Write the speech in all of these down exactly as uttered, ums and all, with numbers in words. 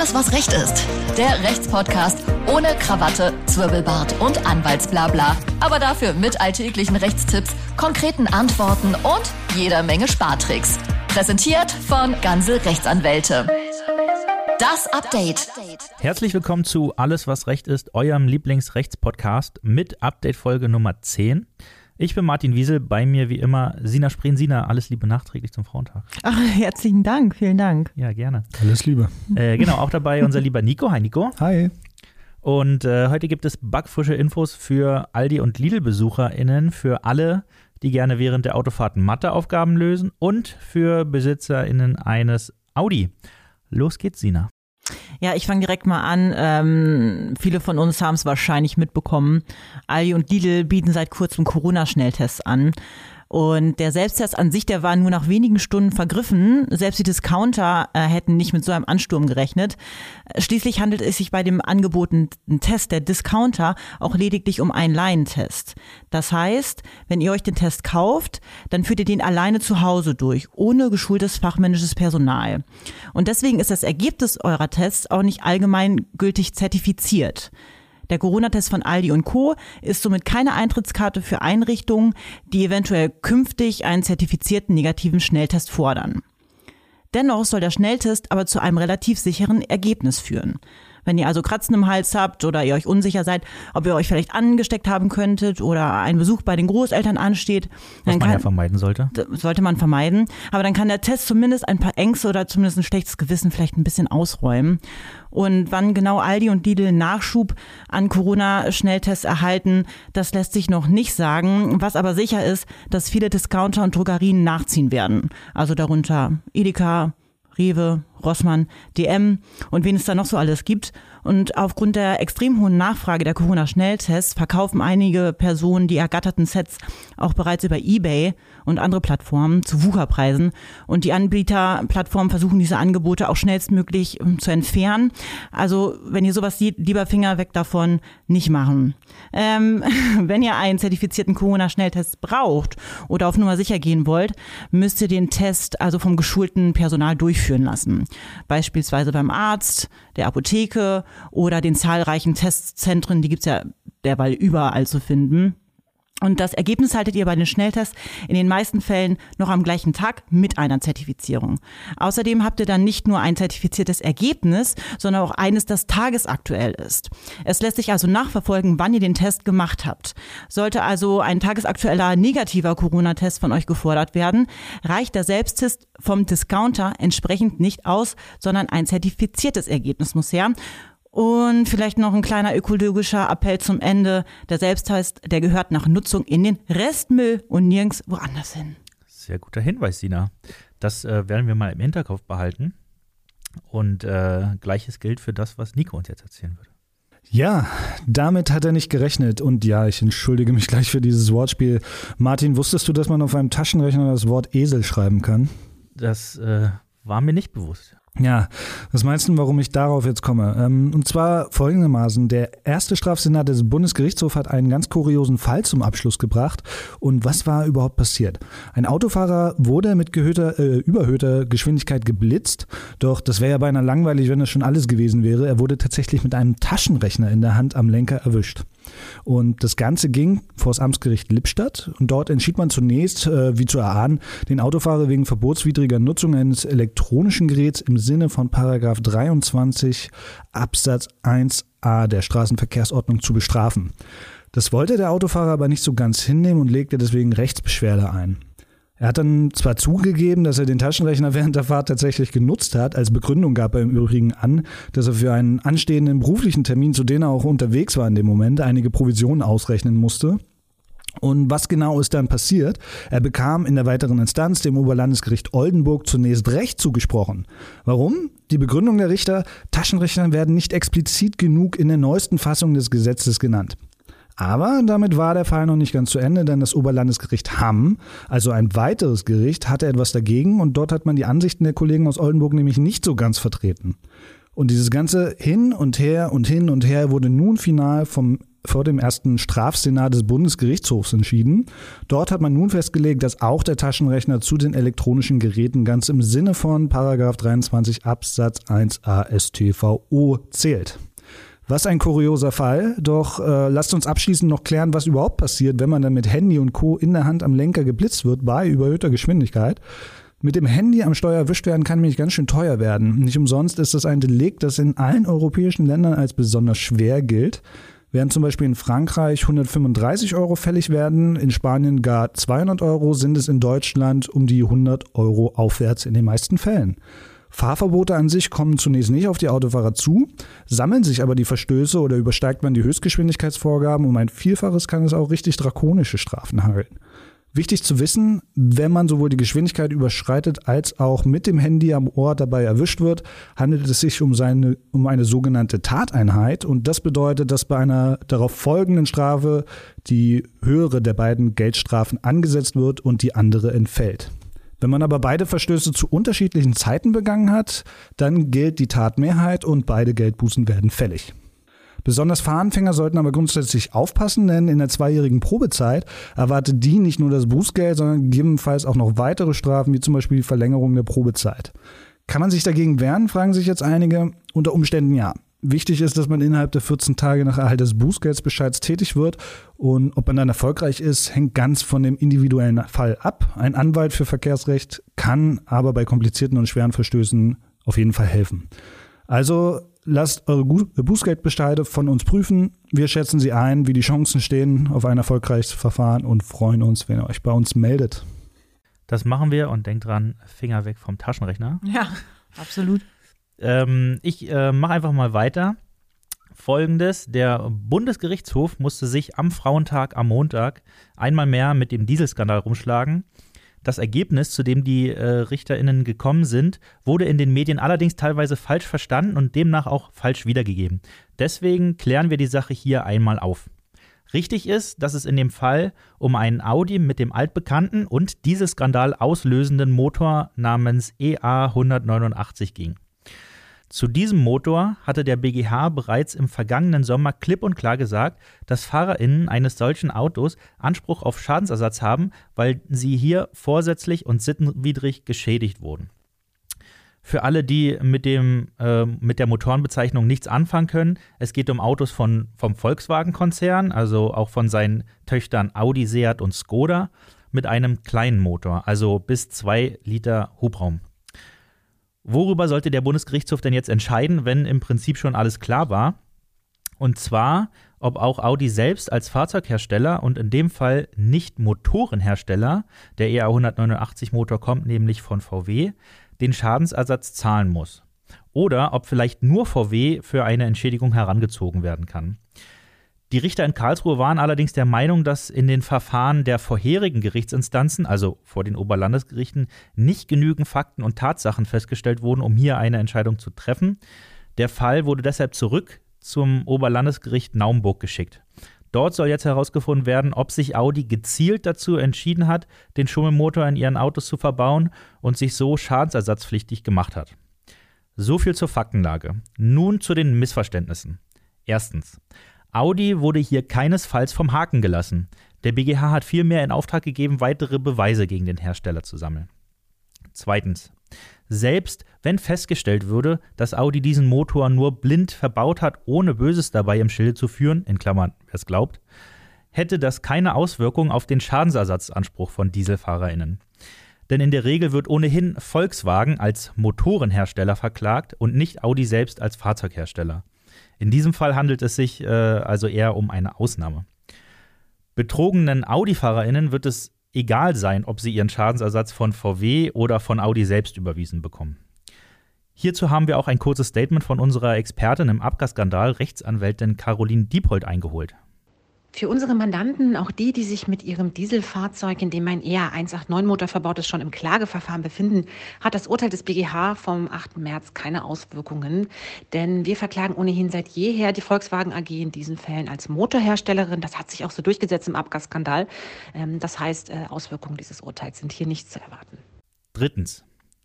Alles, was Recht ist. Der Rechtspodcast ohne Krawatte, Zwirbelbart und Anwaltsblabla. Aber dafür mit alltäglichen Rechtstipps, konkreten Antworten und jeder Menge Spartricks. Präsentiert von Gansel Rechtsanwälte. Das Update. Herzlich willkommen zu Alles, was Recht ist, eurem Lieblingsrechtspodcast mit Update-Folge Nummer zehn. Ich bin Martin Wiesel, bei mir wie immer Sina Spreen. Sina, alles Liebe nachträglich zum Frauentag. Ach, herzlichen Dank, vielen Dank. Ja, gerne. Alles Liebe. Äh, genau, auch dabei unser lieber Nico. Hi Nico. Hi. Und äh, heute gibt es backfrische Infos für Aldi- und Lidl-BesucherInnen, für alle, die gerne während der Autofahrten Matheaufgaben lösen und für BesitzerInnen eines Audi. Los geht's, Sina. Ja, ich fange direkt mal an. Ähm, viele von uns haben es wahrscheinlich mitbekommen. Aldi und Lidl bieten seit kurzem Corona-Schnelltests an. Und der Selbsttest an sich, der war nur nach wenigen Stunden vergriffen. Selbst die Discounter äh, hätten nicht mit so einem Ansturm gerechnet. Schließlich handelt es sich bei dem angebotenen Test der Discounter auch lediglich um einen Laientest. Das heißt, wenn ihr euch den Test kauft, dann führt ihr den alleine zu Hause durch, ohne geschultes fachmännisches Personal. Und deswegen ist das Ergebnis eurer Tests auch nicht allgemeingültig zertifiziert. Der Corona-Test von Aldi und Co. ist somit keine Eintrittskarte für Einrichtungen, die eventuell künftig einen zertifizierten negativen Schnelltest fordern. Dennoch soll der Schnelltest aber zu einem relativ sicheren Ergebnis führen. Wenn ihr also Kratzen im Hals habt oder ihr euch unsicher seid, ob ihr euch vielleicht angesteckt haben könntet oder ein Besuch bei den Großeltern ansteht, was dann man kann, ja vermeiden sollte. sollte man vermeiden. Aber dann kann der Test zumindest ein paar Ängste oder zumindest ein schlechtes Gewissen vielleicht ein bisschen ausräumen. Und wann genau Aldi und Lidl Nachschub an Corona-Schnelltests erhalten, das lässt sich noch nicht sagen. Was aber sicher ist, dass viele Discounter und Drogerien nachziehen werden. Also darunter Edeka, Rewe, Rossmann, D M und wen es da noch so alles gibt. Und aufgrund der extrem hohen Nachfrage der Corona-Schnelltests verkaufen einige Personen die ergatterten Sets auch bereits über eBay und andere Plattformen zu Wucherpreisen. Und die Anbieterplattformen versuchen diese Angebote auch schnellstmöglich zu entfernen. Also wenn ihr sowas seht, lieber Finger weg davon, nicht machen. Ähm, wenn ihr einen zertifizierten Corona-Schnelltest braucht oder auf Nummer sicher gehen wollt, müsst ihr den Test also vom geschulten Personal durchführen lassen. Beispielsweise beim Arzt, der Apotheke oder den zahlreichen Testzentren, die gibt's ja derweil überall zu finden. Und das Ergebnis haltet ihr bei den Schnelltests in den meisten Fällen noch am gleichen Tag mit einer Zertifizierung. Außerdem habt ihr dann nicht nur ein zertifiziertes Ergebnis, sondern auch eines, das tagesaktuell ist. Es lässt sich also nachverfolgen, wann ihr den Test gemacht habt. Sollte also ein tagesaktueller negativer Corona-Test von euch gefordert werden, reicht der Selbsttest vom Discounter entsprechend nicht aus, sondern ein zertifiziertes Ergebnis muss her. Und vielleicht noch ein kleiner ökologischer Appell zum Ende. Der Selbsttest, der gehört nach Nutzung in den Restmüll und nirgends woanders hin. Sehr guter Hinweis, Sina. Das äh, werden wir mal im Hinterkopf behalten. Und äh, Gleiches gilt für das, was Nico uns jetzt erzählen würde. Ja, damit hat er nicht gerechnet. Und ja, ich entschuldige mich gleich für dieses Wortspiel. Martin, wusstest du, dass man auf einem Taschenrechner das Wort Esel schreiben kann? Das äh, war mir nicht bewusst. Ja, was meinst du, warum ich darauf jetzt komme? Ähm, und zwar folgendermaßen, der erste Strafsenat des Bundesgerichtshofs hat einen ganz kuriosen Fall zum Abschluss gebracht. Und was war überhaupt passiert? Ein Autofahrer wurde mit gehöhter, äh, überhöhter Geschwindigkeit geblitzt, doch das wäre ja beinahe langweilig, wenn das schon alles gewesen wäre. Er wurde tatsächlich mit einem Taschenrechner in der Hand am Lenker erwischt. Und das Ganze ging vor das Amtsgericht Lippstadt und dort entschied man zunächst, äh, wie zu erahnen, den Autofahrer wegen verbotswidriger Nutzung eines elektronischen Geräts im Sinne von Paragraph dreiundzwanzig Absatz eins a der Straßenverkehrsordnung zu bestrafen. Das wollte der Autofahrer aber nicht so ganz hinnehmen und legte deswegen Rechtsbeschwerde ein. Er hat dann zwar zugegeben, dass er den Taschenrechner während der Fahrt tatsächlich genutzt hat. Als Begründung gab er im Übrigen an, dass er für einen anstehenden beruflichen Termin, zu dem er auch unterwegs war in dem Moment, einige Provisionen ausrechnen musste. Und was genau ist dann passiert? Er bekam in der weiteren Instanz, dem Oberlandesgericht Oldenburg, zunächst Recht zugesprochen. Warum? Die Begründung der Richter: Taschenrechner werden nicht explizit genug in der neuesten Fassung des Gesetzes genannt. Aber damit war der Fall noch nicht ganz zu Ende, denn das Oberlandesgericht Hamm, also ein weiteres Gericht, hatte etwas dagegen und dort hat man die Ansichten der Kollegen aus Oldenburg nämlich nicht so ganz vertreten. Und dieses ganze Hin und Her und Hin und Her wurde nun final vom, vor dem ersten Strafsenat des Bundesgerichtshofs entschieden. Dort hat man nun festgelegt, dass auch der Taschenrechner zu den elektronischen Geräten ganz im Sinne von Paragraph dreiundzwanzig Absatz eins a S t v o zählt. Was ein kurioser Fall, doch äh, lasst uns abschließend noch klären, was überhaupt passiert, wenn man dann mit Handy und Co. in der Hand am Lenker geblitzt wird bei überhöhter Geschwindigkeit. Mit dem Handy am Steuer erwischt werden kann nämlich ganz schön teuer werden. Nicht umsonst ist das ein Delikt, das in allen europäischen Ländern als besonders schwer gilt. Während zum Beispiel in Frankreich hundertfünfunddreißig Euro fällig werden, in Spanien gar zweihundert Euro, sind es in Deutschland um die hundert Euro aufwärts in den meisten Fällen. Fahrverbote an sich kommen zunächst nicht auf die Autofahrer zu, sammeln sich aber die Verstöße oder übersteigt man die Höchstgeschwindigkeitsvorgaben um ein Vielfaches, kann es auch richtig drakonische Strafen hageln. Wichtig zu wissen, wenn man sowohl die Geschwindigkeit überschreitet als auch mit dem Handy am Ohr dabei erwischt wird, handelt es sich um, seine, um eine sogenannte Tateinheit und das bedeutet, dass bei einer darauf folgenden Strafe die höhere der beiden Geldstrafen angesetzt wird und die andere entfällt. Wenn man aber beide Verstöße zu unterschiedlichen Zeiten begangen hat, dann gilt die Tatmehrheit und beide Geldbußen werden fällig. Besonders Fahranfänger sollten aber grundsätzlich aufpassen, denn in der zweijährigen Probezeit erwartet die nicht nur das Bußgeld, sondern gegebenenfalls auch noch weitere Strafen, wie zum Beispiel die Verlängerung der Probezeit. Kann man sich dagegen wehren, fragen sich jetzt einige. Unter Umständen ja. Wichtig ist, dass man innerhalb der vierzehn Tage nach Erhalt des Bußgeldbescheids tätig wird und ob man dann erfolgreich ist, hängt ganz von dem individuellen Fall ab. Ein Anwalt für Verkehrsrecht kann aber bei komplizierten und schweren Verstößen auf jeden Fall helfen. Also lasst eure Bußgeldbescheide von uns prüfen. Wir schätzen sie ein, wie die Chancen stehen auf ein erfolgreiches Verfahren und freuen uns, wenn ihr euch bei uns meldet. Das machen wir und denkt dran, Finger weg vom Taschenrechner. Ja, absolut. Ähm, ich äh, mache einfach mal weiter. Folgendes: Der Bundesgerichtshof musste sich am Frauentag am Montag einmal mehr mit dem Dieselskandal rumschlagen. Das Ergebnis, zu dem die äh, RichterInnen gekommen sind, wurde in den Medien allerdings teilweise falsch verstanden und demnach auch falsch wiedergegeben. Deswegen klären wir die Sache hier einmal auf. Richtig ist, dass es in dem Fall um einen Audi mit dem altbekannten und Dieselskandal auslösenden Motor namens E A hundertneunundachtzig ging. Zu diesem Motor hatte der B G H bereits im vergangenen Sommer klipp und klar gesagt, dass FahrerInnen eines solchen Autos Anspruch auf Schadensersatz haben, weil sie hier vorsätzlich und sittenwidrig geschädigt wurden. Für alle, die mit, dem, äh, mit der Motorenbezeichnung nichts anfangen können, es geht um Autos von, vom Volkswagen-Konzern, also auch von seinen Töchtern Audi, Seat und Skoda, mit einem kleinen Motor, also bis zwei Liter Hubraum. Worüber sollte der Bundesgerichtshof denn jetzt entscheiden, wenn im Prinzip schon alles klar war? Und zwar, ob auch Audi selbst als Fahrzeughersteller und in dem Fall nicht Motorenhersteller, der E A hundertneunundachtzig Motor kommt nämlich von V W, den Schadensersatz zahlen muss. Oder ob vielleicht nur V W für eine Entschädigung herangezogen werden kann. Die Richter in Karlsruhe waren allerdings der Meinung, dass in den Verfahren der vorherigen Gerichtsinstanzen, also vor den Oberlandesgerichten, nicht genügend Fakten und Tatsachen festgestellt wurden, um hier eine Entscheidung zu treffen. Der Fall wurde deshalb zurück zum Oberlandesgericht Naumburg geschickt. Dort soll jetzt herausgefunden werden, ob sich Audi gezielt dazu entschieden hat, den Schummelmotor in ihren Autos zu verbauen und sich so schadensersatzpflichtig gemacht hat. So viel zur Faktenlage. Nun zu den Missverständnissen. Erstens: Audi wurde hier keinesfalls vom Haken gelassen. Der B G H hat vielmehr in Auftrag gegeben, weitere Beweise gegen den Hersteller zu sammeln. Zweitens: Selbst wenn festgestellt würde, dass Audi diesen Motor nur blind verbaut hat, ohne Böses dabei im Schilde zu führen, in Klammern, wer es glaubt, hätte das keine Auswirkung auf den Schadensersatzanspruch von DieselfahrerInnen. Denn in der Regel wird ohnehin Volkswagen als Motorenhersteller verklagt und nicht Audi selbst als Fahrzeughersteller. In diesem Fall handelt es sich äh, also eher um eine Ausnahme. Betrogenen Audi-FahrerInnen wird es egal sein, ob sie ihren Schadensersatz von V W oder von Audi selbst überwiesen bekommen. Hierzu haben wir auch ein kurzes Statement von unserer Expertin im Abgasskandal, Rechtsanwältin Caroline Diepold, eingeholt. Für unsere Mandanten, auch die, die sich mit ihrem Dieselfahrzeug, in dem ein E A hundertneunundachtzig Motor verbaut ist, schon im Klageverfahren befinden, hat das Urteil des B G H vom achten März keine Auswirkungen. Denn wir verklagen ohnehin seit jeher die Volkswagen A G in diesen Fällen als Motorherstellerin. Das hat sich auch so durchgesetzt im Abgasskandal. Das heißt, Auswirkungen dieses Urteils sind hier nicht zu erwarten. Drittens: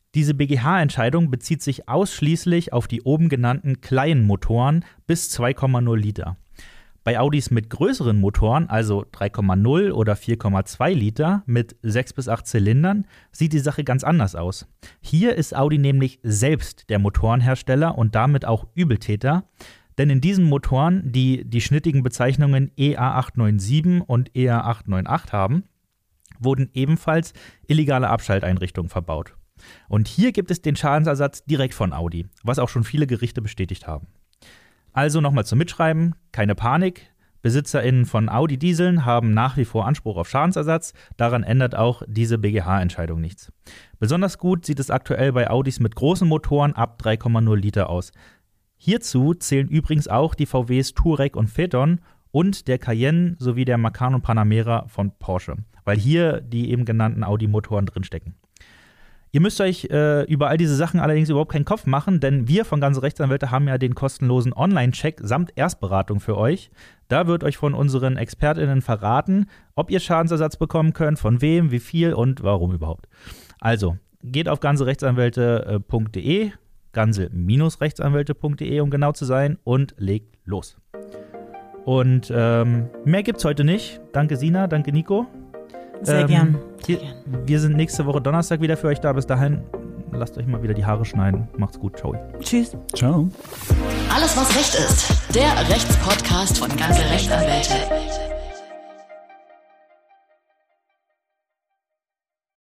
Diese B G H-Entscheidung bezieht sich ausschließlich auf die oben genannten kleinen Motoren bis zwei Komma null Liter. Bei Audis mit größeren Motoren, also drei Komma null oder vier Komma zwei Liter mit sechs bis acht Zylindern, sieht die Sache ganz anders aus. Hier ist Audi nämlich selbst der Motorenhersteller und damit auch Übeltäter, denn in diesen Motoren, die die schnittigen Bezeichnungen E A acht neun sieben und E A acht neun acht haben, wurden ebenfalls illegale Abschalteinrichtungen verbaut. Und hier gibt es den Schadensersatz direkt von Audi, was auch schon viele Gerichte bestätigt haben. Also nochmal zum Mitschreiben, keine Panik. BesitzerInnen von Audi-Dieseln haben nach wie vor Anspruch auf Schadensersatz. Daran ändert auch diese B G H-Entscheidung nichts. Besonders gut sieht es aktuell bei Audis mit großen Motoren ab drei Komma null Liter aus. Hierzu zählen übrigens auch die V Ws Touareg und Phaeton und der Cayenne sowie der Macan und Panamera von Porsche, weil hier die eben genannten Audi-Motoren drinstecken. Ihr müsst euch äh, über all diese Sachen allerdings überhaupt keinen Kopf machen, denn wir von Ganze Rechtsanwälte haben ja den kostenlosen Online-Check samt Erstberatung für euch. Da wird euch von unseren ExpertInnen verraten, ob ihr Schadensersatz bekommen könnt, von wem, wie viel und warum überhaupt. Also, geht auf ganze rechtsanwälte punkt de, ganze-rechtsanwälte punkt de, um genau zu sein, und legt los. Und ähm, mehr gibt's heute nicht. Danke Sina, danke Nico. Sehr ähm, gern. Sehr gern. Wir sind nächste Woche Donnerstag wieder für euch da. Bis dahin, lasst euch mal wieder die Haare schneiden. Macht's gut. Ciao. Tschüss. Ciao. Alles, was Recht ist. Der Rechtspodcast von Ganze Rechtsanwälte.